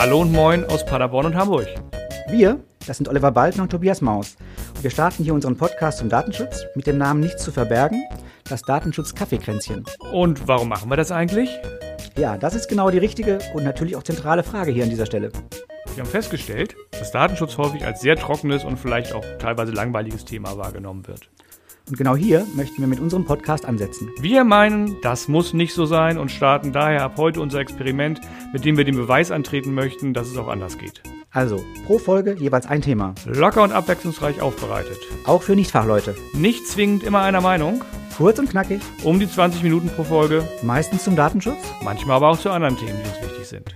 Hallo und moin aus Paderborn und Hamburg. Wir, das sind Oliver Balten und Tobias Maus. Und wir starten hier unseren Podcast zum Datenschutz mit dem Namen Nichts zu verbergen, das Datenschutz-Kaffeekränzchen. Und warum machen wir das eigentlich? Ja, das ist genau die richtige und natürlich auch zentrale Frage hier an dieser Stelle. Wir haben festgestellt, dass Datenschutz häufig als sehr trockenes und vielleicht auch teilweise langweiliges Thema wahrgenommen wird. Und genau hier möchten wir mit unserem Podcast ansetzen. Wir meinen, das muss nicht so sein und starten daher ab heute unser Experiment, mit dem wir den Beweis antreten möchten, dass es auch anders geht. Also, pro Folge jeweils ein Thema. Locker und abwechslungsreich aufbereitet. Auch für Nichtfachleute. Nicht zwingend immer einer Meinung. Kurz und knackig. Um die 20 Minuten pro Folge. Meistens zum Datenschutz. Manchmal aber auch zu anderen Themen, die uns wichtig sind.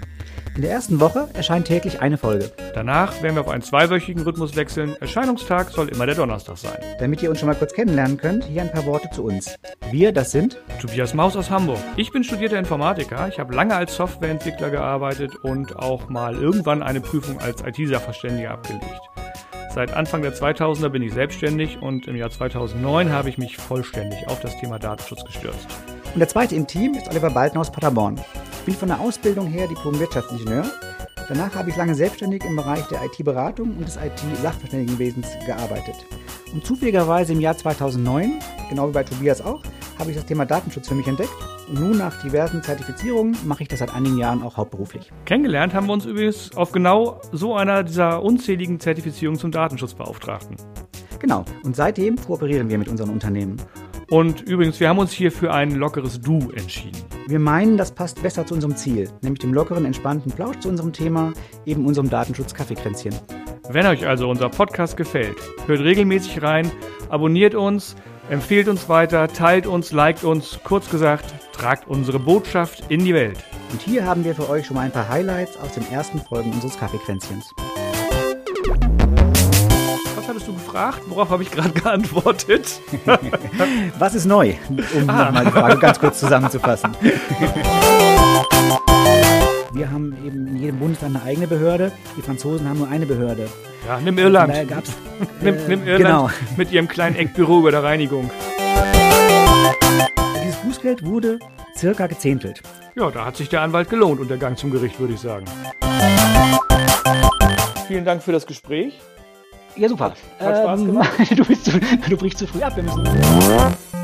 In der ersten Woche erscheint täglich eine Folge. Danach werden wir auf einen 2-wöchigen Rhythmus wechseln. Erscheinungstag soll immer der Donnerstag sein. Damit ihr uns schon mal kurz kennenlernen könnt, hier ein paar Worte zu uns. Wir, das sind Tobias Maus aus Hamburg. Ich bin studierter Informatiker. Ich habe lange als Softwareentwickler gearbeitet und auch mal irgendwann eine Prüfung als IT-Sachverständiger abgelegt. Seit Anfang der 2000er bin ich selbstständig und im Jahr 2009 habe ich mich vollständig auf das Thema Datenschutz gestürzt. Und der zweite im Team ist Oliver Balten aus Paderborn. Ich bin von der Ausbildung her Diplom-Wirtschaftsingenieur. Danach habe ich lange selbstständig im Bereich der IT-Beratung und des IT-Sachverständigenwesens gearbeitet. Und zufälligerweise im Jahr 2009, genau wie bei Tobias auch, habe ich das Thema Datenschutz für mich entdeckt. Und nun nach diversen Zertifizierungen mache ich das seit einigen Jahren auch hauptberuflich. Kennengelernt haben wir uns übrigens auf genau so einer dieser unzähligen Zertifizierungen zum Datenschutzbeauftragten. Genau, und seitdem kooperieren wir mit unseren Unternehmen. Und übrigens, wir haben uns hier für ein lockeres Du entschieden. Wir meinen, das passt besser zu unserem Ziel, nämlich dem lockeren, entspannten Plausch zu unserem Thema, eben unserem Datenschutz-Kaffeekränzchen. Wenn euch also unser Podcast gefällt, hört regelmäßig rein, abonniert uns, empfehlt uns weiter, teilt uns, liked uns, kurz gesagt, tragt unsere Botschaft in die Welt. Und hier haben wir für euch schon mal ein paar Highlights aus den ersten Folgen unseres Kaffeekränzchens. Was hattest du gefragt? Worauf habe ich gerade geantwortet? Was ist neu? Um nochmal die Frage ganz kurz zusammenzufassen. Wir haben eben in jedem Bundesland eine eigene Behörde. Die Franzosen haben nur eine Behörde. Ja, nimm Irland. Daher gab's, nimm Irland genau. Mit ihrem kleinen Eckbüro über der Reinigung. Dieses Bußgeld wurde circa gezehntelt. Ja, da hat sich der Anwalt gelohnt und der Gang zum Gericht, würde ich sagen. Vielen Dank für das Gespräch. Ja, super. Hat Spaß gemacht. Du brichst zu früh ab. Wir müssen